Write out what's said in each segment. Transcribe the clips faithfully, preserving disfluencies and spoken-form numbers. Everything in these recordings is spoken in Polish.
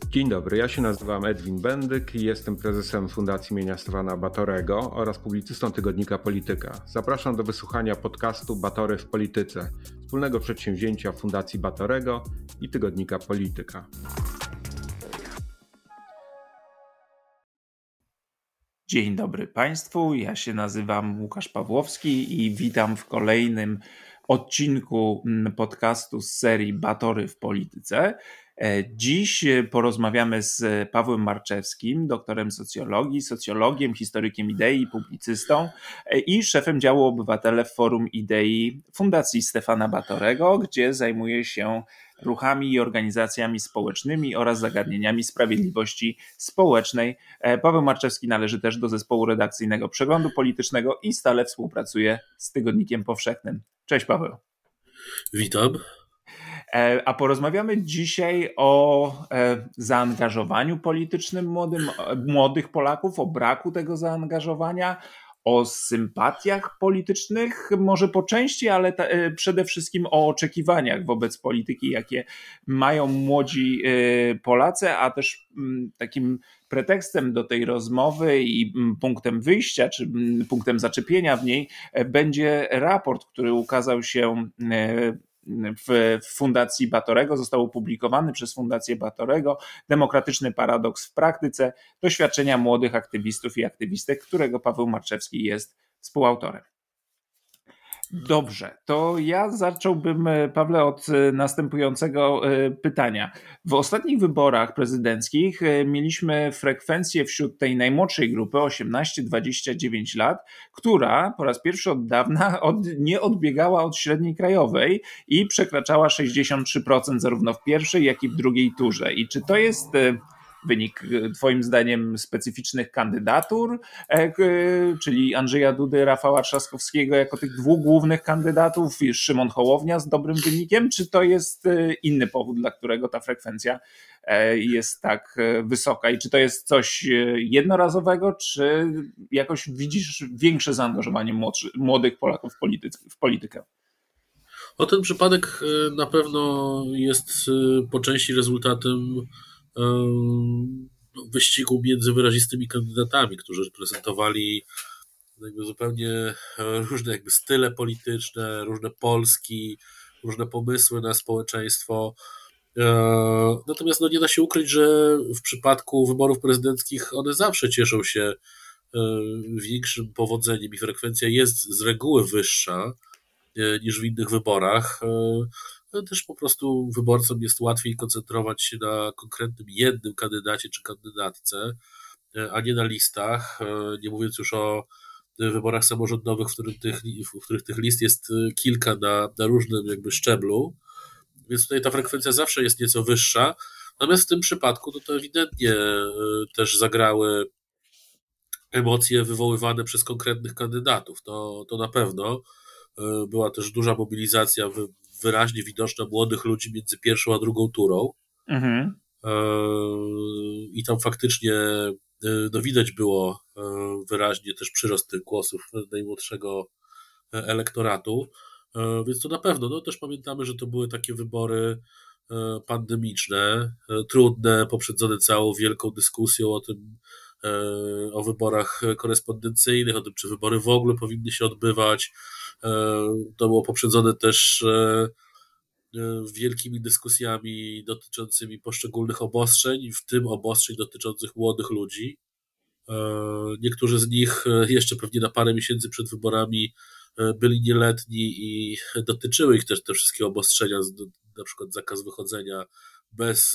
Dzień dobry, ja się nazywam Edwin Bendyk i jestem prezesem Fundacji imienia Stefana Batorego oraz publicystą tygodnika Polityka. Zapraszam do wysłuchania podcastu Batory w Polityce, wspólnego przedsięwzięcia Fundacji Batorego i tygodnika Polityka. Dzień dobry Państwu, ja się nazywam Łukasz Pawłowski i witam w kolejnym odcinku podcastu z serii Batory w Polityce. Dziś porozmawiamy z Pawłem Marczewskim, doktorem socjologii, socjologiem, historykiem idei, publicystą i szefem działu Obywatele w Forum Idei Fundacji Stefana Batorego, gdzie zajmuje się ruchami i organizacjami społecznymi oraz zagadnieniami sprawiedliwości społecznej. Paweł Marczewski należy też do zespołu redakcyjnego Przeglądu Politycznego i stale współpracuje z Tygodnikiem Powszechnym. Cześć Paweł. Witam. A porozmawiamy dzisiaj o zaangażowaniu politycznym młodym, młodych Polaków, o braku tego zaangażowania, o sympatiach politycznych, może po części, ale ta, przede wszystkim o oczekiwaniach wobec polityki, jakie mają młodzi Polacy, a też takim pretekstem do tej rozmowy i punktem wyjścia, czy punktem zaczepienia w niej będzie raport, który ukazał się w Fundacji Batorego, został opublikowany przez Fundację Batorego, Demokratyczny paradoks w praktyce, doświadczenia młodych aktywistów i aktywistek, którego Paweł Marczewski jest współautorem. Dobrze, to ja zacząłbym, Pawle, od następującego pytania. W ostatnich wyborach prezydenckich mieliśmy frekwencję wśród tej najmłodszej grupy osiemnaście dwadzieścia dziewięć lat, która po raz pierwszy od dawna od, nie odbiegała od średniej krajowej i przekraczała sześćdziesiąt trzy procent zarówno w pierwszej, jak i w drugiej turze. I czy to jest wynik twoim zdaniem specyficznych kandydatur, czyli Andrzeja Dudy, Rafała Trzaskowskiego jako tych dwóch głównych kandydatów i Szymon Hołownia z dobrym wynikiem, czy to jest inny powód, dla którego ta frekwencja jest tak wysoka i czy to jest coś jednorazowego, czy jakoś widzisz większe zaangażowanie młodszy, młodych Polaków w, polityce, w politykę? O, ten przypadek na pewno jest po części rezultatem wyścigu między wyrazistymi kandydatami, którzy prezentowali jakby zupełnie różne jakby style polityczne, różne Polski, różne pomysły na społeczeństwo. Natomiast no, nie da się ukryć, że w przypadku wyborów prezydenckich one zawsze cieszą się większym powodzeniem i frekwencja jest z reguły wyższa niż w innych wyborach. No też po prostu wyborcom jest łatwiej koncentrować się na konkretnym jednym kandydacie czy kandydatce, a nie na listach, nie mówiąc już o wyborach samorządowych, w, którym tych, w których tych list jest kilka na, na różnym jakby szczeblu, więc tutaj ta frekwencja zawsze jest nieco wyższa, natomiast w tym przypadku no to ewidentnie też zagrały emocje wywoływane przez konkretnych kandydatów, to, to na pewno. Była też duża mobilizacja wyraźnie widoczna młodych ludzi między pierwszą a drugą turą. Mhm. I tam faktycznie no, widać było wyraźnie też przyrost tych głosów najmłodszego elektoratu, więc to na pewno, no też pamiętamy, że to były takie wybory pandemiczne, trudne, poprzedzone całą wielką dyskusją o tym, o wyborach korespondencyjnych, o tym, czy wybory w ogóle powinny się odbywać. To było poprzedzone też wielkimi dyskusjami dotyczącymi poszczególnych obostrzeń, w tym obostrzeń dotyczących młodych ludzi. Niektórzy z nich jeszcze pewnie na parę miesięcy przed wyborami byli nieletni i dotyczyły ich też te wszystkie obostrzenia, na przykład zakaz wychodzenia bez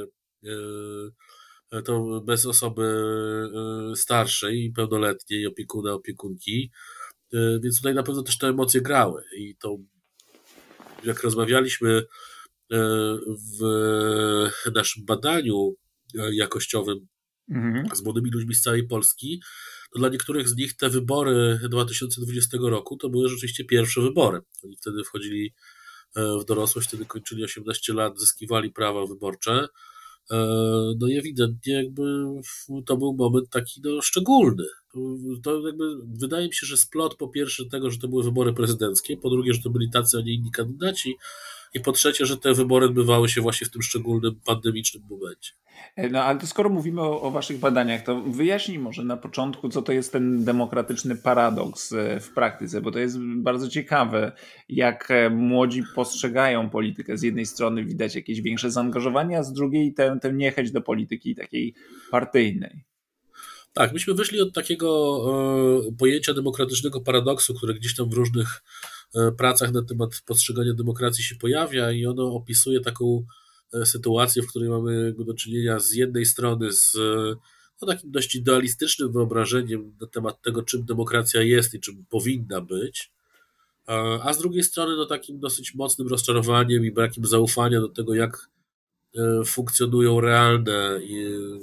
to bez osoby starszej, pełnoletniej, opiekuna, opiekunki. Więc tutaj na pewno też te emocje grały i to jak rozmawialiśmy w naszym badaniu jakościowym mhm. z młodymi ludźmi z całej Polski, to dla niektórych z nich te wybory dwa tysiące dwudziestego roku to były rzeczywiście pierwsze wybory. Oni wtedy wchodzili w dorosłość, wtedy kończyli osiemnaście lat, zyskiwali prawa wyborcze. No i ewidentnie jakby to był moment taki no, szczególny. To jakby wydaje mi się, że splot po pierwsze tego, że to były wybory prezydenckie, po drugie, że to byli tacy, a nie inni kandydaci, i po trzecie, że te wybory odbywały się właśnie w tym szczególnym pandemicznym momencie. No ale to skoro mówimy o, o waszych badaniach, to wyjaśnij może na początku, co to jest ten demokratyczny paradoks w praktyce, bo to jest bardzo ciekawe, jak młodzi postrzegają politykę. Z jednej strony widać jakieś większe zaangażowanie, a z drugiej tę, tę niechęć do polityki takiej partyjnej. Tak, myśmy wyszli od takiego e, pojęcia demokratycznego paradoksu, które gdzieś tam w różnych e, pracach na temat postrzegania demokracji się pojawia i ono opisuje taką e, sytuację, w której mamy do czynienia z jednej strony z e, no, takim dość idealistycznym wyobrażeniem na temat tego, czym demokracja jest i czym powinna być, e, a z drugiej strony no, takim dosyć mocnym rozczarowaniem i brakiem zaufania do tego, jak e, funkcjonują realne i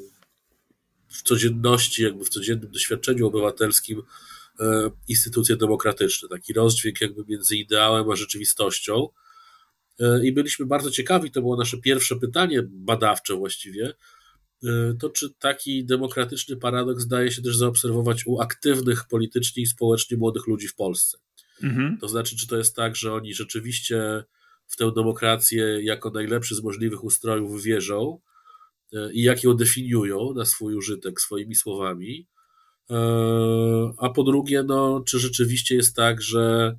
w codzienności, jakby w codziennym doświadczeniu obywatelskim e, instytucje demokratyczne. Taki rozdźwięk jakby między ideałem a rzeczywistością. E, I byliśmy bardzo ciekawi, to było nasze pierwsze pytanie badawcze właściwie, e, to czy taki demokratyczny paradoks daje się też zaobserwować u aktywnych politycznie i społecznie młodych ludzi w Polsce. Mhm. To znaczy, czy to jest tak, że oni rzeczywiście w tę demokrację jako najlepszy z możliwych ustrojów wierzą, i jak ją definiują na swój użytek swoimi słowami, a po drugie, no, czy rzeczywiście jest tak, że,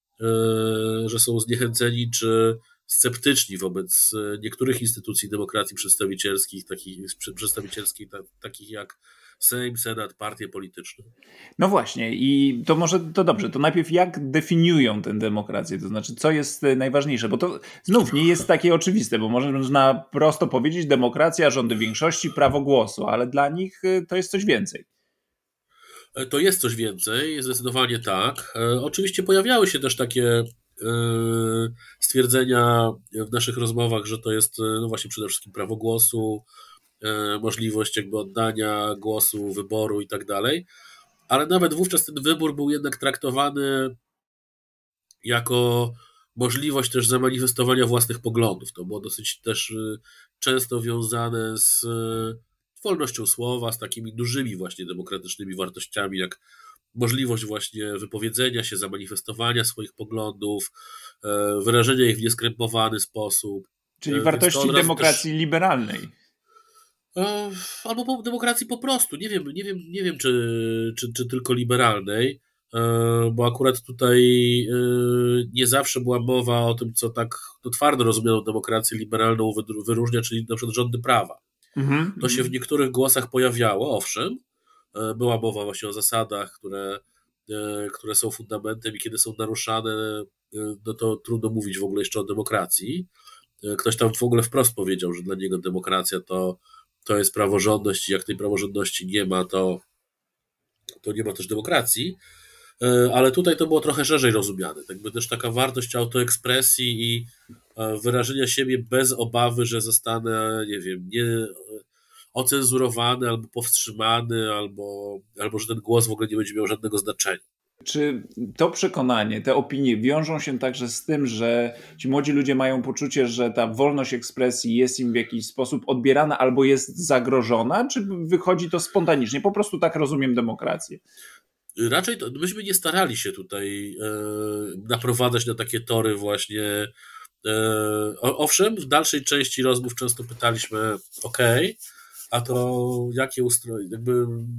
że są zniechęceni czy sceptyczni wobec niektórych instytucji demokracji przedstawicielskich, takich, przedstawicielskich takich jak Sejm, Senat, partie polityczne. No właśnie i to może, to dobrze, to najpierw jak definiują tę demokrację, to znaczy co jest najważniejsze, bo to znów nie jest takie oczywiste, bo można prosto powiedzieć demokracja, rządy większości, prawo głosu, ale dla nich to jest coś więcej. To jest coś więcej, zdecydowanie tak. Oczywiście pojawiały się też takie stwierdzenia w naszych rozmowach, że to jest no właśnie przede wszystkim prawo głosu, możliwość jakby oddania głosu, wyboru i tak dalej, ale nawet wówczas ten wybór był jednak traktowany jako możliwość też zamanifestowania własnych poglądów. To było dosyć też często wiązane z wolnością słowa, z takimi dużymi właśnie demokratycznymi wartościami, jak możliwość właśnie wypowiedzenia się, zamanifestowania swoich poglądów, wyrażenia ich w nieskrępowany sposób. Czyli wartości demokracji też liberalnej. Albo po demokracji po prostu. Nie wiem, nie wiem, nie wiem czy, czy, czy tylko liberalnej, bo akurat tutaj nie zawsze była mowa o tym, co tak no, twardo rozumianą demokrację liberalną wyróżnia, czyli na przykład rządy prawa. Mm-hmm. To się w niektórych głosach pojawiało, owszem. Była mowa właśnie o zasadach, które, które są fundamentem i kiedy są naruszane, no to trudno mówić w ogóle jeszcze o demokracji. Ktoś tam w ogóle wprost powiedział, że dla niego demokracja to to jest praworządność i jak tej praworządności nie ma, to, to nie ma też demokracji, ale tutaj to było trochę szerzej rozumiane. Tak by też taka wartość autoekspresji i wyrażenia siebie bez obawy, że zostanę, nie wiem, nie ocenzurowany albo powstrzymany, albo, albo że ten głos w ogóle nie będzie miał żadnego znaczenia. Czy to przekonanie, te opinie wiążą się także z tym, że ci młodzi ludzie mają poczucie, że ta wolność ekspresji jest im w jakiś sposób odbierana albo jest zagrożona, czy wychodzi to spontanicznie? Po prostu tak rozumiem demokrację. Raczej to, myśmy nie starali się tutaj e, naprowadzać na takie tory właśnie. E, owszem, w dalszej części rozmów często pytaliśmy, okej, okay, a to jakie ustroje, jakby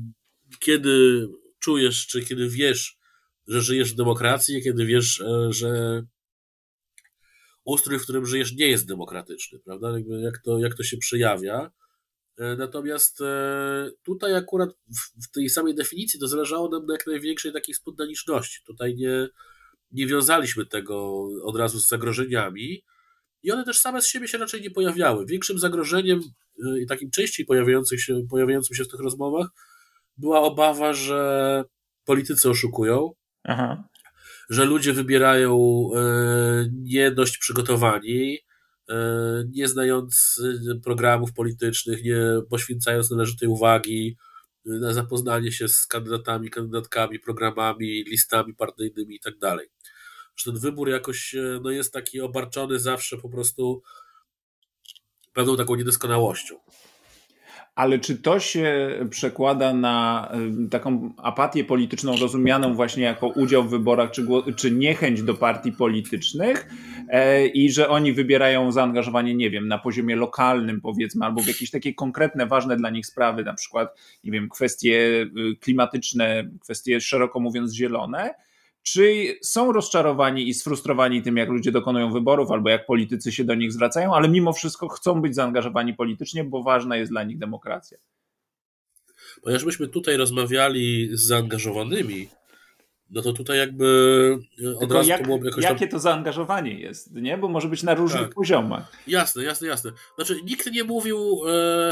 kiedy czujesz, czy kiedy wiesz, że żyjesz w demokracji, kiedy wiesz, że ustrój, w którym żyjesz, nie jest demokratyczny, prawda? Jakby jak to, jak to się przejawia. Natomiast tutaj akurat w tej samej definicji to zależało nam na jak największej takiej spontaniczności. Tutaj nie, nie wiązaliśmy tego od razu z zagrożeniami i one też same z siebie się raczej nie pojawiały. Większym zagrożeniem i takim częściej pojawiającym się, pojawiającym się w tych rozmowach była obawa, że politycy oszukują, aha, że ludzie wybierają nie dość przygotowani, nie znając programów politycznych, nie poświęcając należytej uwagi na zapoznanie się z kandydatami, kandydatkami, programami, listami partyjnymi i tak dalej. Że ten wybór jakoś no, jest taki obarczony zawsze po prostu pewną taką niedoskonałością. Ale czy to się przekłada na taką apatię polityczną rozumianą właśnie jako udział w wyborach, czy, czy niechęć do partii politycznych e, i że oni wybierają zaangażowanie, nie wiem, na poziomie lokalnym powiedzmy, albo w jakieś takie konkretne, ważne dla nich sprawy, na przykład, nie wiem, kwestie klimatyczne, kwestie szeroko mówiąc zielone, czy są rozczarowani i sfrustrowani tym, jak ludzie dokonują wyborów, albo jak politycy się do nich zwracają, ale mimo wszystko chcą być zaangażowani politycznie, bo ważna jest dla nich demokracja? Ponieważ myśmy tutaj rozmawiali z zaangażowanymi, no to tutaj jakby od Tylko razu jak, to byłoby jakoś tam... jakie to zaangażowanie jest, nie? Bo może być na różnych tak. poziomach. Jasne, jasne, jasne. Znaczy nikt nie mówił... E...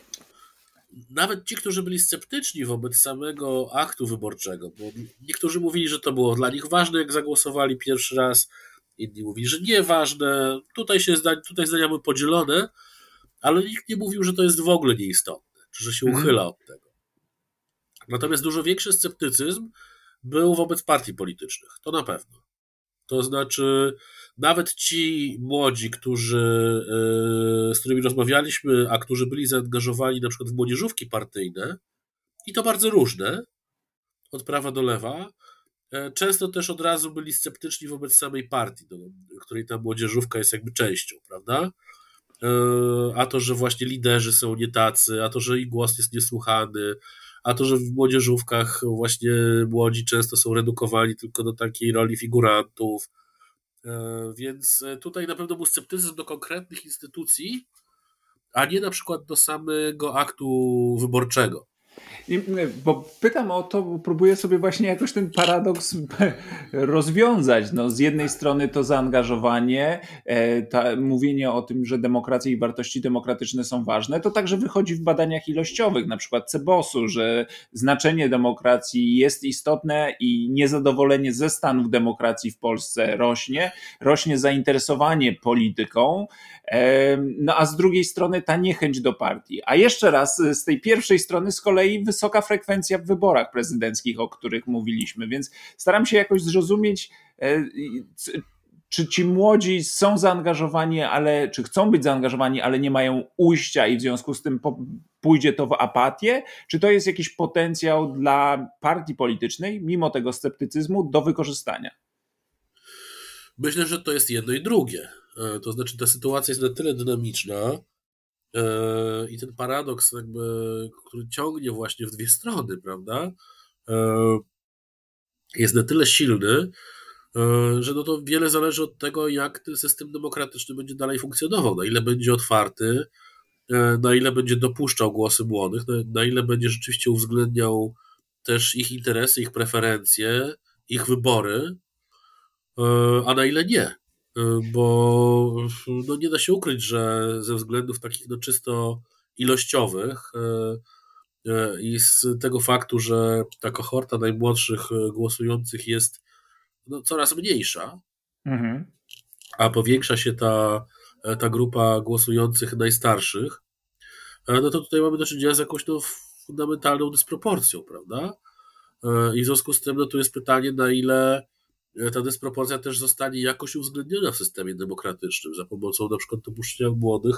Nawet ci, którzy byli sceptyczni wobec samego aktu wyborczego, bo niektórzy mówili, że to było dla nich ważne, jak zagłosowali pierwszy raz, inni mówili, że nieważne, tutaj się zdań, tutaj zdania były podzielone, ale nikt nie mówił, że to jest w ogóle nieistotne, czy że się uchyla od tego. Natomiast dużo większy sceptycyzm był wobec partii politycznych, to na pewno. To znaczy, nawet ci młodzi, którzy, z którymi rozmawialiśmy, a którzy byli zaangażowani na przykład w młodzieżówki partyjne, i to bardzo różne, od prawa do lewa, często też od razu byli sceptyczni wobec samej partii, do której ta młodzieżówka jest jakby częścią, prawda? A to, że właśnie liderzy są nie tacy, a to, że ich głos jest niesłuchany, a to, że w młodzieżówkach właśnie młodzi często są redukowani tylko do takiej roli figurantów. Więc tutaj na pewno był sceptycyzm do konkretnych instytucji, a nie na przykład do samego aktu wyborczego. Bo pytam o to, bo próbuję sobie właśnie jakoś ten paradoks rozwiązać. No, z jednej strony to zaangażowanie, ta, mówienie o tym, że demokracja i wartości demokratyczne są ważne, to także wychodzi w badaniach ilościowych, na przykład Cebosu, że znaczenie demokracji jest istotne i niezadowolenie ze stanów demokracji w Polsce rośnie, rośnie zainteresowanie polityką, no a z drugiej strony ta niechęć do partii. A jeszcze raz, z tej pierwszej strony z kolei wysoka frekwencja w wyborach prezydenckich, o których mówiliśmy, więc staram się jakoś zrozumieć, czy ci młodzi są zaangażowani, ale czy chcą być zaangażowani, ale nie mają ujścia i w związku z tym pójdzie to w apatię, czy to jest jakiś potencjał dla partii politycznej, mimo tego sceptycyzmu, do wykorzystania? Myślę, że to jest jedno i drugie. To znaczy ta sytuacja jest na tyle dynamiczna i ten paradoks jakby, który ciągnie właśnie w dwie strony, prawda, jest na tyle silny, że no to wiele zależy od tego, jak ten system demokratyczny będzie dalej funkcjonował, na ile będzie otwarty, na ile będzie dopuszczał głosy młodych, na ile będzie rzeczywiście uwzględniał też ich interesy, ich preferencje, ich wybory, a na ile nie. Bo no nie da się ukryć, że ze względów takich no czysto ilościowych i z tego faktu, że ta kohorta najmłodszych głosujących jest no, coraz mniejsza, mhm. a powiększa się ta, ta grupa głosujących najstarszych, no to tutaj mamy do czynienia z jakąś no, fundamentalną dysproporcją, prawda? I w związku z tym no, tu jest pytanie, na ile ta dysproporcja też zostanie jakoś uwzględniona w systemie demokratycznym za pomocą na przykład dopuszczenia młodych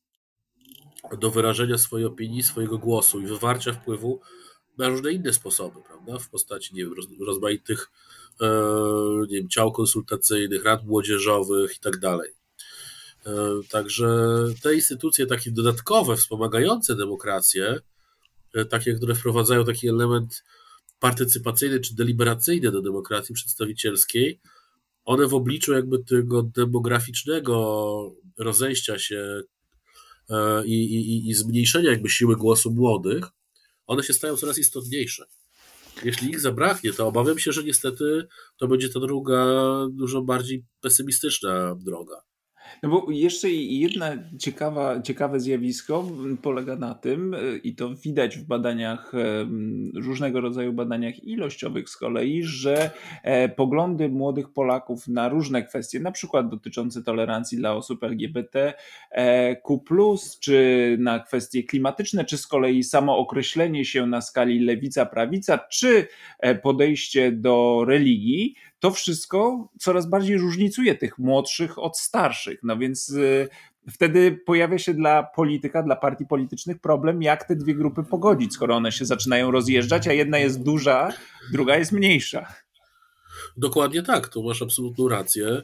do wyrażenia swojej opinii, swojego głosu i wywarcia wpływu na różne inne sposoby, prawda? W postaci, nie wiem, rozmaitych e, nie wiem, ciał konsultacyjnych, rad młodzieżowych i tak dalej. E, także te instytucje takie dodatkowe, wspomagające demokrację, e, takie, które wprowadzają taki element partycypacyjny czy deliberacyjny do demokracji przedstawicielskiej, one w obliczu jakby tego demograficznego rozejścia się i, i, i zmniejszenia jakby siły głosu młodych, one się stają coraz istotniejsze. Jeśli ich zabraknie, to obawiam się, że niestety to będzie ta druga, dużo bardziej pesymistyczna droga. No bo jeszcze jedna ciekawa, ciekawe zjawisko polega na tym, i to widać w badaniach, różnego rodzaju badaniach ilościowych z kolei, że poglądy młodych Polaków na różne kwestie, na przykład dotyczące tolerancji dla osób L G B T Q plus, czy na kwestie klimatyczne, czy z kolei samookreślenie się na skali lewica-prawica, czy podejście do religii, to wszystko coraz bardziej różnicuje tych młodszych od starszych. No więc wtedy pojawia się dla polityka, dla partii politycznych problem, jak te dwie grupy pogodzić, skoro one się zaczynają rozjeżdżać, a jedna jest duża, druga jest mniejsza. Dokładnie tak, to masz absolutną rację.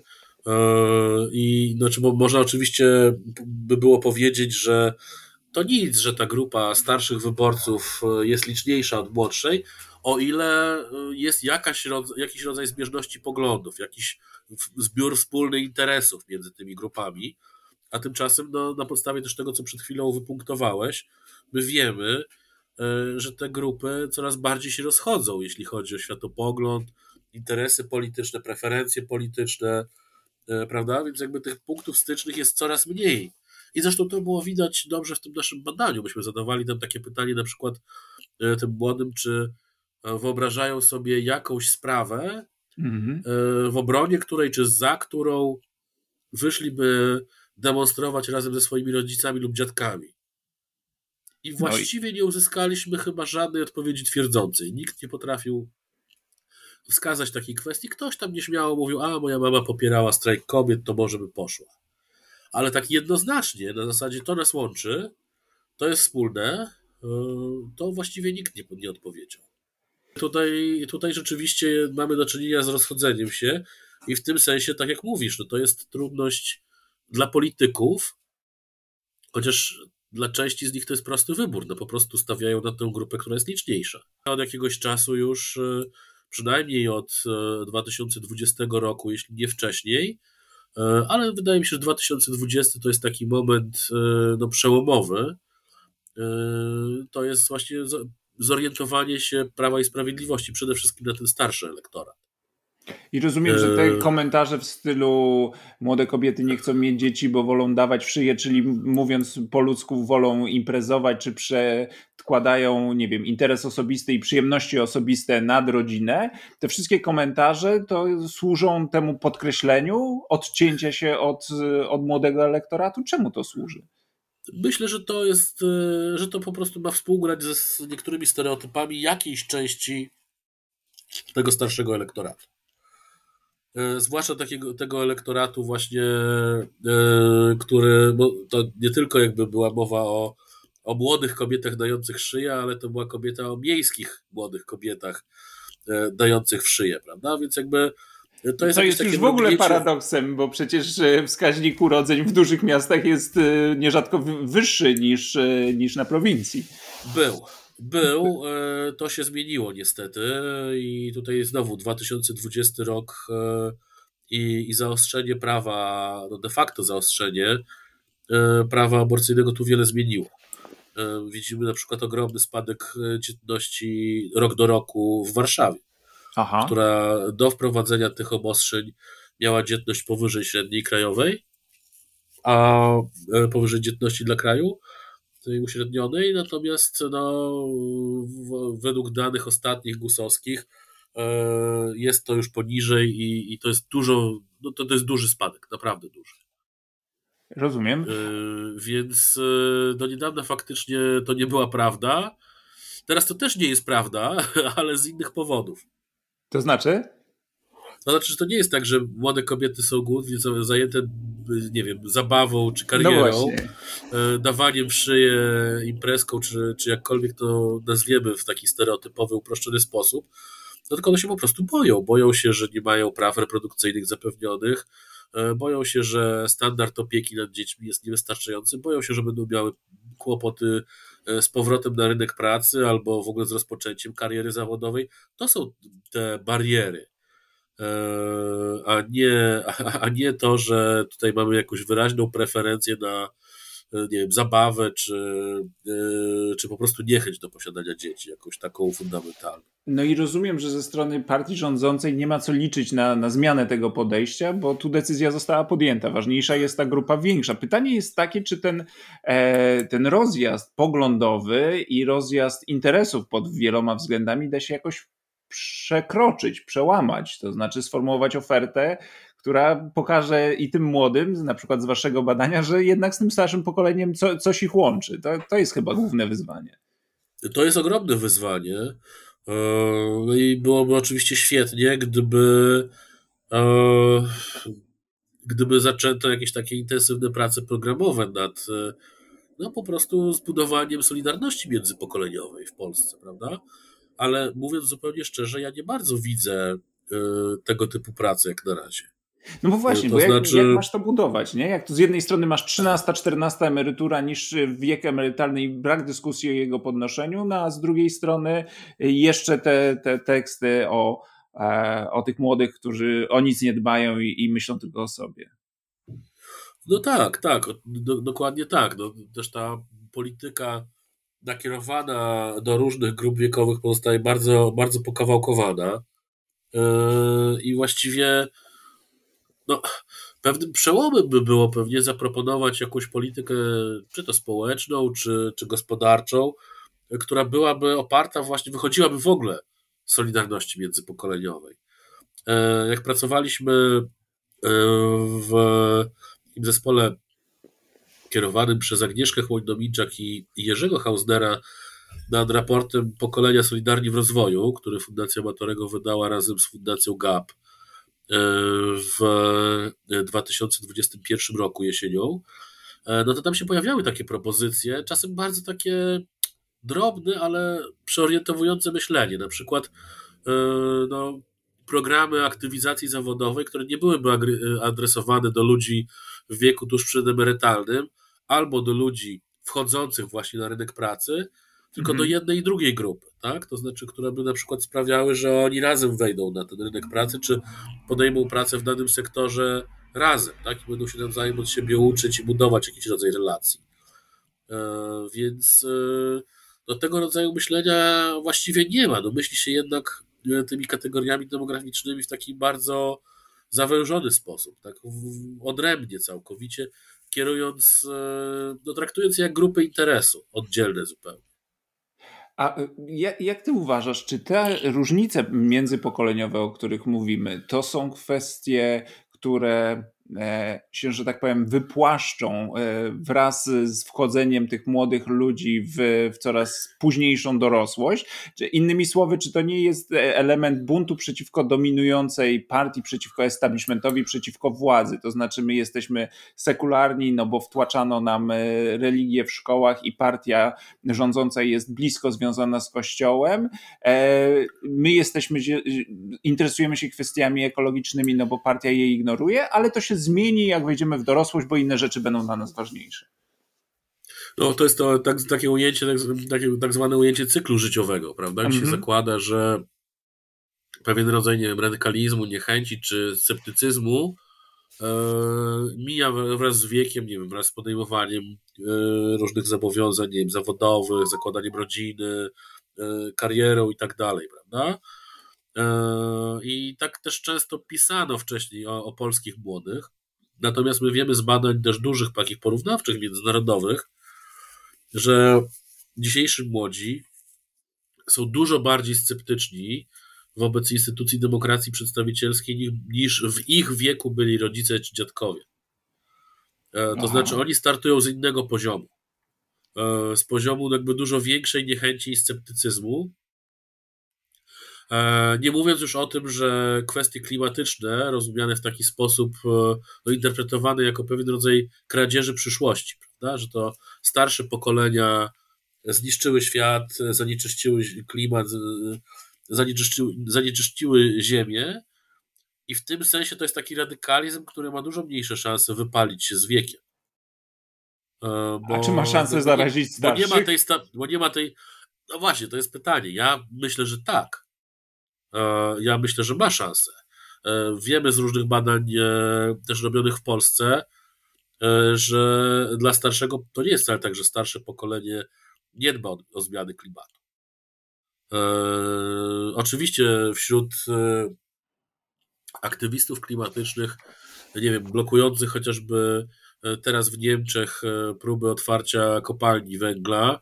I znaczy, bo można oczywiście by było powiedzieć, że to nic, że ta grupa starszych wyborców jest liczniejsza od młodszej, o ile jest jakaś, jakiś rodzaj zbieżności poglądów, jakiś zbiór wspólnych interesów między tymi grupami, a tymczasem no, na podstawie też tego, co przed chwilą wypunktowałeś, my wiemy, że te grupy coraz bardziej się rozchodzą, jeśli chodzi o światopogląd, interesy polityczne, preferencje polityczne, prawda? Więc jakby tych punktów stycznych jest coraz mniej. I zresztą to było widać dobrze w tym naszym badaniu. Myśmy zadawali tam takie pytanie na przykład tym młodym, czy wyobrażają sobie jakąś sprawę, mm-hmm. w obronie której, czy za którą wyszliby demonstrować razem ze swoimi rodzicami lub dziadkami. I właściwie nie uzyskaliśmy chyba żadnej odpowiedzi twierdzącej. Nikt nie potrafił wskazać takiej kwestii. Ktoś tam nieśmiało mówił, a moja mama popierała strajk kobiet, to może by poszła. Ale tak jednoznacznie, na zasadzie to nas łączy, to jest wspólne, to właściwie nikt nie, nie odpowiedział. Tutaj, tutaj rzeczywiście mamy do czynienia z rozchodzeniem się i w tym sensie, tak jak mówisz, no to jest trudność dla polityków, chociaż dla części z nich to jest prosty wybór, no po prostu stawiają na tę grupę, która jest liczniejsza. Od jakiegoś czasu już, przynajmniej od dwa tysiące dwudziestego roku, jeśli nie wcześniej, ale wydaje mi się, że dwa tysiące dwudziesty to jest taki moment no, przełomowy. To jest właśnie zorientowanie się Prawa i Sprawiedliwości, przede wszystkim na ten starszy elektorat. I rozumiem, że te komentarze w stylu młode kobiety nie chcą mieć dzieci, bo wolą dawać w szyję, czyli mówiąc po ludzku wolą imprezować, czy przekładają, nie wiem, interes osobisty i przyjemności osobiste nad rodzinę. Te wszystkie komentarze to służą temu podkreśleniu odcięcia się od, od młodego elektoratu. Czemu to służy? Myślę, że to jest, że to po prostu ma współgrać ze niektórymi stereotypami jakiejś części tego starszego elektoratu. Zwłaszcza takiego, tego elektoratu właśnie, który, bo to nie tylko jakby była mowa o, o młodych kobietach dających szyję, ale to była kobieta o miejskich młodych kobietach dających w szyję, prawda? Więc jakby to jest, to jest już w ogóle mgnięcie... paradoksem, bo przecież wskaźnik urodzeń w dużych miastach jest nierzadko wyższy niż, niż na prowincji. Był. Był, to się zmieniło niestety i tutaj znowu dwa tysiące dwudziesty rok i, i zaostrzenie prawa, no de facto zaostrzenie prawa aborcyjnego tu wiele zmieniło. Widzimy na przykład ogromny spadek dzietności rok do roku w Warszawie, Aha. która do wprowadzenia tych obostrzeń miała dzietność powyżej średniej krajowej, a powyżej dzietności dla kraju, tej uśrednionej, natomiast no, w, według danych ostatnich gusowskich e, jest to już poniżej i, i to jest dużo, no to, to jest duży spadek, naprawdę duży. Rozumiem. E, więc e, do niedawna faktycznie to nie była prawda. Teraz to też nie jest prawda, ale z innych powodów. To znaczy? To znaczy, że to nie jest tak, że młode kobiety są głównie zajęte, nie wiem, zabawą czy karierą, no dawaniem w szyję, imprezką, czy, czy jakkolwiek to nazwiemy w taki stereotypowy, uproszczony sposób, no tylko one się po prostu boją. Boją się, że nie mają praw reprodukcyjnych zapewnionych, boją się, że standard opieki nad dziećmi jest niewystarczający, boją się, że będą miały kłopoty z powrotem na rynek pracy albo w ogóle z rozpoczęciem kariery zawodowej. To są te bariery. A nie, a nie to, że tutaj mamy jakąś wyraźną preferencję na, nie wiem, zabawę, czy, czy po prostu niechęć do posiadania dzieci, jakąś taką fundamentalną. No i rozumiem, że ze strony partii rządzącej nie ma co liczyć na, na zmianę tego podejścia, bo tu decyzja została podjęta. Ważniejsza jest ta grupa większa. Pytanie jest takie, czy ten, e, ten rozjazd poglądowy i rozjazd interesów pod wieloma względami da się jakoś przekroczyć, przełamać, to znaczy sformułować ofertę, która pokaże i tym młodym, na przykład z waszego badania, że jednak z tym starszym pokoleniem co, coś ich łączy. To, to jest chyba główne wyzwanie. To jest ogromne wyzwanie. No i byłoby oczywiście świetnie, gdyby gdyby zaczęto jakieś takie intensywne prace programowe nad no po prostu zbudowaniem solidarności międzypokoleniowej w Polsce, prawda? Ale mówiąc zupełnie szczerze, ja nie bardzo widzę y, tego typu pracy jak na razie. No bo właśnie, to bo znaczy... jak, jak masz to budować, nie? Jak to z jednej strony masz trzynasta, czternasta emerytura, niższy wiek emerytalny i brak dyskusji o jego podnoszeniu, no a z drugiej strony jeszcze te, te teksty o, e, o tych młodych, którzy o nic nie dbają i, i myślą tylko o sobie. No tak, tak, do, dokładnie tak. No, też ta polityka nakierowana do różnych grup wiekowych pozostaje bardzo, bardzo pokawałkowana yy, i właściwie no, pewnym przełomem by było pewnie zaproponować jakąś politykę, czy to społeczną, czy, czy gospodarczą, która byłaby oparta właśnie, wychodziłaby w ogóle z solidarności międzypokoleniowej. Yy, jak pracowaliśmy yy, w takim zespole kierowanym przez Agnieszkę Chłodnominczak i Jerzego Hausnera nad raportem Pokolenia Solidarni w Rozwoju, który Fundacja Batorego wydała razem z Fundacją G A P w dwa tysiące dwudziestym pierwszym roku jesienią, no to tam się pojawiały takie propozycje, czasem bardzo takie drobne, ale przeorientowujące myślenie. Na przykład no, programy aktywizacji zawodowej, które nie byłyby adresowane do ludzi w wieku tuż przedemerytalnym albo do ludzi wchodzących właśnie na rynek pracy, tylko mhm. do jednej i drugiej grupy, tak? To znaczy, które by na przykład sprawiały, że oni razem wejdą na ten rynek pracy, czy podejmą pracę w danym sektorze razem, tak? I będą się nawzajem od siebie uczyć i budować jakiś rodzaj relacji. E, więc e, do tego rodzaju myślenia właściwie nie ma. No, myśli się jednak tymi kategoriami demograficznymi w taki bardzo zawężony sposób, tak odrębnie całkowicie, kierując, no traktując je jak grupy interesu, oddzielne zupełnie. A jak, jak ty uważasz, czy te różnice międzypokoleniowe, o których mówimy, to są kwestie, które się, że tak powiem, wypłaszczą wraz z wchodzeniem tych młodych ludzi w, w coraz późniejszą dorosłość? Czy innymi słowy, czy to nie jest element buntu przeciwko dominującej partii, przeciwko establishmentowi, przeciwko władzy? To znaczy my jesteśmy sekularni, no bo wtłaczano nam religię w szkołach i partia rządząca jest blisko związana z Kościołem. My jesteśmy, interesujemy się kwestiami ekologicznymi, no bo partia je ignoruje, ale to się zmieni, jak wejdziemy w dorosłość, bo inne rzeczy będą dla nas ważniejsze. No to jest to tak, takie ujęcie, tak, takie tak zwane ujęcie cyklu życiowego, prawda? Gdzie mm-hmm. się zakłada, że pewien rodzaj, nie wiem, radykalizmu, niechęci czy sceptycyzmu e, mija wraz z wiekiem, nie wiem, wraz z podejmowaniem e, różnych zobowiązań, nie wiem, zawodowych, zakładaniem rodziny, e, karierą i tak dalej, prawda? I tak też często pisano wcześniej o, o polskich młodych. Natomiast my wiemy z badań też dużych, takich porównawczych, międzynarodowych, że dzisiejsi młodzi są dużo bardziej sceptyczni wobec instytucji demokracji przedstawicielskiej niż w ich wieku byli rodzice czy dziadkowie. To Aha. znaczy oni startują z innego poziomu. Z poziomu jakby dużo większej niechęci i sceptycyzmu. Nie mówiąc już o tym, że kwestie klimatyczne, rozumiane w taki sposób, no, interpretowane jako pewien rodzaj kradzieży przyszłości, prawda? Że to starsze pokolenia zniszczyły świat, zanieczyściły klimat, zanieczyściły, zanieczyściły ziemię i w tym sensie to jest taki radykalizm, który ma dużo mniejsze szanse wypalić się z wiekiem. Bo, A czy ma szansę zarazić starszych? Bo nie ma tej, bo nie ma tej, no właśnie, to jest pytanie. Ja myślę, że tak. Ja myślę, że ma szansę. Wiemy z różnych badań też robionych w Polsce, że dla starszego to nie jest wcale tak, że starsze pokolenie nie dba o, o zmiany klimatu. Oczywiście wśród aktywistów klimatycznych, nie wiem, blokujących chociażby teraz w Niemczech próby otwarcia kopalni węgla,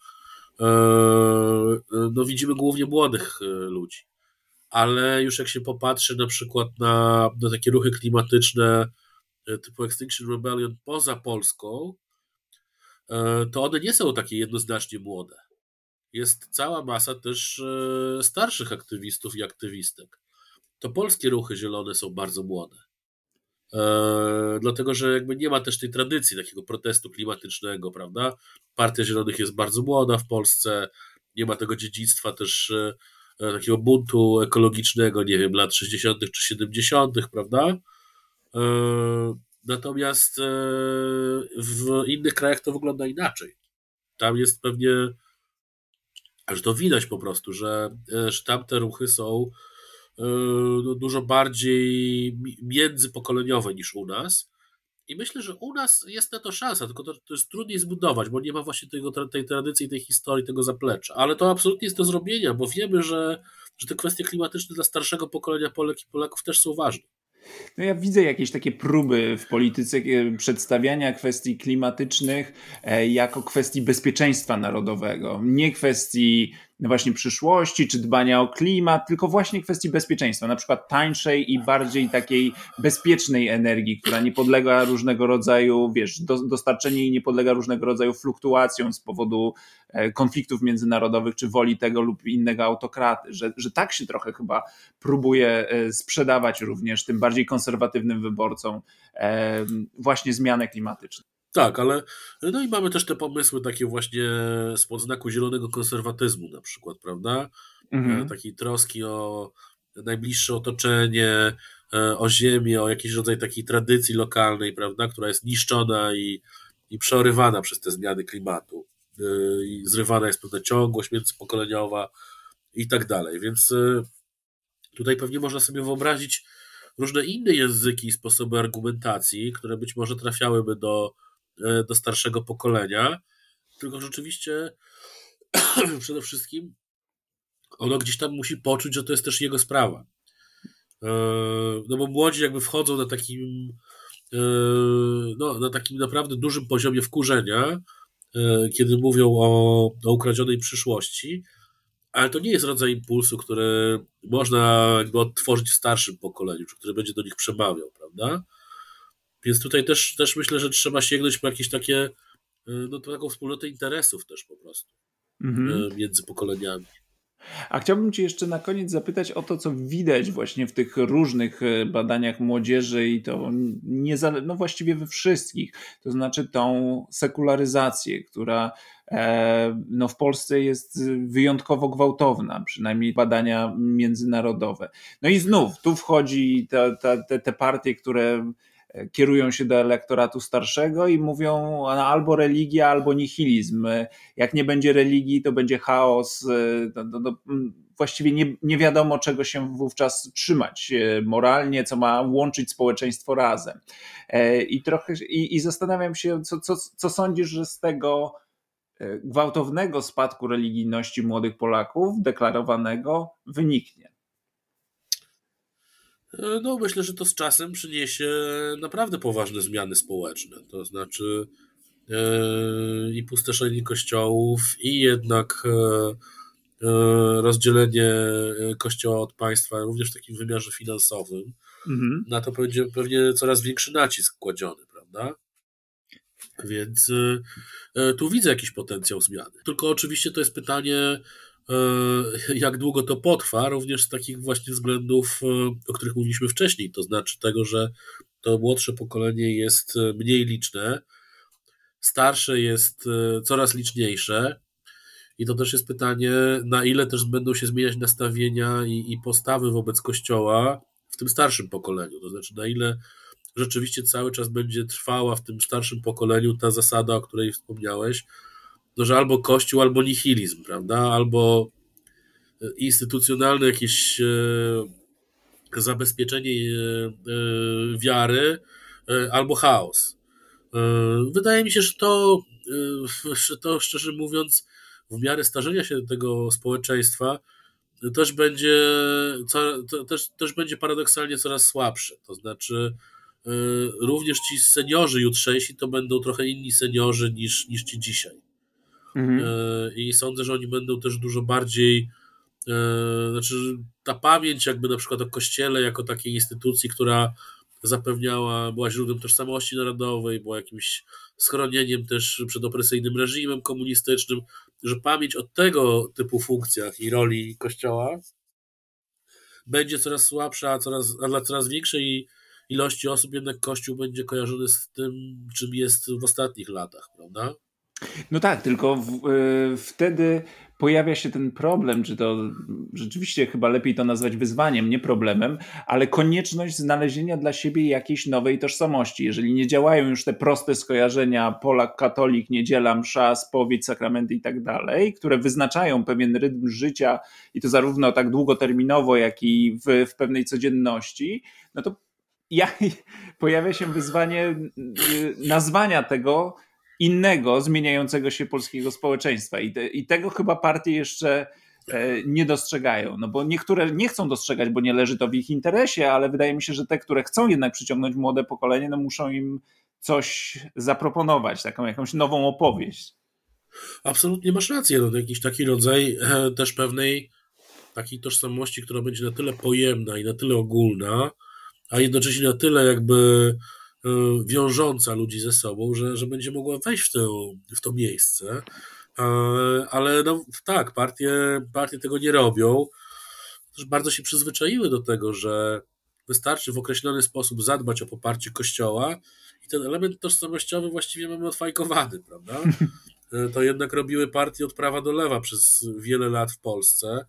no widzimy głównie młodych ludzi. Ale już jak się popatrzy na przykład na, na takie ruchy klimatyczne typu Extinction Rebellion poza Polską, to one nie są takie jednoznacznie młode. Jest cała masa też starszych aktywistów i aktywistek. To polskie ruchy zielone są bardzo młode. E, dlatego, że jakby nie ma też tej tradycji takiego protestu klimatycznego, prawda? Partia Zielonych jest bardzo młoda w Polsce, nie ma tego dziedzictwa też e, takiego buntu ekologicznego, nie wiem, lat sześćdziesiątych czy siedemdziesiątych, prawda? E, natomiast e, w innych krajach to wygląda inaczej. Tam jest pewnie, że to widać po prostu, że, e, że tamte ruchy są e, no, dużo bardziej mi- międzypokoleniowe niż u nas. I myślę, że u nas jest na to szansa, tylko to, to jest trudniej zbudować, bo nie ma właśnie tego, tra- tej tradycji, tej historii, tego zaplecza. Ale to absolutnie jest do zrobienia, bo wiemy, że, że te kwestie klimatyczne dla starszego pokolenia Polek i Polaków też są ważne. No ja widzę jakieś takie próby w polityce e, przedstawiania kwestii klimatycznych e, jako kwestii bezpieczeństwa narodowego. Nie kwestii no właśnie przyszłości czy dbania o klimat, tylko właśnie kwestii bezpieczeństwa. Na przykład tańszej i bardziej takiej bezpiecznej energii, która nie podlega różnego rodzaju, wiesz, do, dostarczenie jej nie podlega różnego rodzaju fluktuacjom z powodu e, konfliktów międzynarodowych czy woli tego lub innego autokraty. Że, że tak się trochę chyba próbuje e, sprzedawać również tym bardziej konserwatywnym wyborcom e, właśnie zmianę klimatyczną. Tak, ale no i mamy też te pomysły takie właśnie spod znaku zielonego konserwatyzmu na przykład, prawda? Mhm. Takiej troski o najbliższe otoczenie, o ziemię, o jakiś rodzaj takiej tradycji lokalnej, prawda, która jest niszczona i, i przeorywana przez te zmiany klimatu. I zrywana jest pewna ciągłość międzypokoleniowa i tak dalej. Więc tutaj pewnie można sobie wyobrazić różne inne języki i sposoby argumentacji, które być może trafiałyby do, do starszego pokolenia, tylko rzeczywiście przede wszystkim ono gdzieś tam musi poczuć, że to jest też jego sprawa. No bo młodzi jakby wchodzą na takim no, na takim naprawdę dużym poziomie wkurzenia, kiedy mówią o, o ukradzionej przyszłości, ale to nie jest rodzaj impulsu, który można jakby odtworzyć w starszym pokoleniu, czy który będzie do nich przemawiał, prawda? Więc tutaj też, też myślę, że trzeba sięgnąć po jakieś takie, no taką wspólnotę interesów też po prostu mhm. między pokoleniami. A chciałbym Cię jeszcze na koniec zapytać o to, co widać właśnie w tych różnych badaniach młodzieży i to nie zale- no właściwie we wszystkich, to znaczy tą sekularyzację, która e, no w Polsce jest wyjątkowo gwałtowna, przynajmniej badania międzynarodowe. No i znów tu wchodzi ta, ta, te, te partie, które kierują się do elektoratu starszego i mówią albo religia, albo nihilizm. Jak nie będzie religii, to będzie chaos. No, no, no, właściwie nie, nie wiadomo, czego się wówczas trzymać moralnie, co ma łączyć społeczeństwo razem. I trochę i, i zastanawiam się, co, co, co sądzisz, że z tego gwałtownego spadku religijności młodych Polaków deklarowanego wyniknie? No, myślę, że to z czasem przyniesie naprawdę poważne zmiany społeczne. To znaczy e, i pustoszenie kościołów, i jednak e, rozdzielenie kościoła od państwa, również w takim wymiarze finansowym. Mhm. Na to będzie pewnie coraz większy nacisk kładziony, prawda? Więc e, tu widzę jakiś potencjał zmiany. Tylko oczywiście to jest pytanie, jak długo to potrwa, również z takich właśnie względów, o których mówiliśmy wcześniej, to znaczy tego, że to młodsze pokolenie jest mniej liczne, starsze jest coraz liczniejsze i to też jest pytanie, na ile też będą się zmieniać nastawienia i, i postawy wobec Kościoła w tym starszym pokoleniu, to znaczy na ile rzeczywiście cały czas będzie trwała w tym starszym pokoleniu ta zasada, o której wspomniałeś, no, że albo Kościół, albo nihilizm, prawda, albo instytucjonalne jakieś e, zabezpieczenie e, e, wiary, e, albo chaos. E, wydaje mi się, że to, e, że to, szczerze mówiąc, w miarę starzenia się tego społeczeństwa też będzie, co, to, też, też będzie paradoksalnie coraz słabsze. To znaczy e, również ci seniorzy jutrzejsi to będą trochę inni seniorzy niż, niż ci dzisiaj. Mhm. E, I sądzę, że oni będą też dużo bardziej Znaczy ta pamięć jakby na przykład o Kościele jako takiej instytucji, która zapewniała, była źródłem tożsamości narodowej, była jakimś schronieniem też przed opresyjnym reżimem komunistycznym, że pamięć o tego typu funkcjach i roli Kościoła będzie coraz słabsza, a, coraz, a dla coraz większej ilości osób jednak Kościół będzie kojarzony z tym, czym jest w ostatnich latach, prawda? No tak, tylko w, y, wtedy pojawia się ten problem, czy to rzeczywiście chyba lepiej to nazwać wyzwaniem, nie problemem, ale konieczność znalezienia dla siebie jakiejś nowej tożsamości. Jeżeli nie działają już te proste skojarzenia Polak, katolik, niedziela, msza, spowiedź, sakramenty i tak dalej, które wyznaczają pewien rytm życia i to zarówno tak długoterminowo, jak i w, w pewnej codzienności, no to ja, pojawia się wyzwanie nazwania tego innego, zmieniającego się polskiego społeczeństwa. I, te, i tego chyba partie jeszcze e, nie dostrzegają. No bo niektóre nie chcą dostrzegać, bo nie leży to w ich interesie, ale wydaje mi się, że te, które chcą jednak przyciągnąć młode pokolenie, no muszą im coś zaproponować, taką jakąś nową opowieść. Absolutnie masz rację. No, jakiś taki rodzaj e, też pewnej takiej tożsamości, która będzie na tyle pojemna i na tyle ogólna, a jednocześnie na tyle jakby wiążąca ludzi ze sobą, że, że będzie mogła wejść w to, w to miejsce. Ale no, tak, partie, partie tego nie robią. Też bardzo się przyzwyczaiły do tego, że wystarczy w określony sposób zadbać o poparcie Kościoła i ten element tożsamościowy właściwie mamy odfajkowany, prawda? To jednak robiły partie od prawa do lewa przez wiele lat w Polsce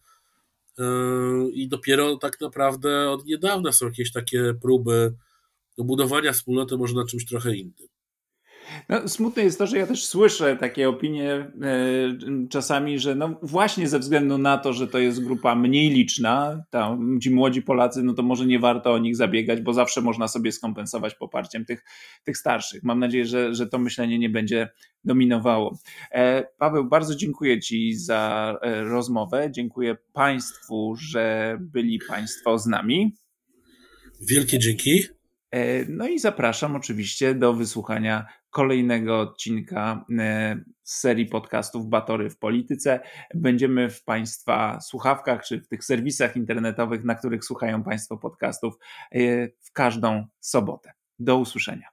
i dopiero tak naprawdę od niedawna są jakieś takie próby do budowania wspólnoty może na czymś trochę innym. No, smutne jest to, że ja też słyszę takie opinie e, czasami, że no właśnie ze względu na to, że to jest grupa mniej liczna, tam ci młodzi Polacy, no to może nie warto o nich zabiegać, bo zawsze można sobie skompensować poparciem tych, tych starszych. Mam nadzieję, że, że to myślenie nie będzie dominowało. E, Paweł, bardzo dziękuję Ci za e, rozmowę. Dziękuję Państwu, że byli Państwo z nami. Wielkie dzięki. No i zapraszam oczywiście do wysłuchania kolejnego odcinka z serii podcastów Batory w Polityce. Będziemy w Państwa słuchawkach czy w tych serwisach internetowych, na których słuchają Państwo podcastów w każdą sobotę. Do usłyszenia.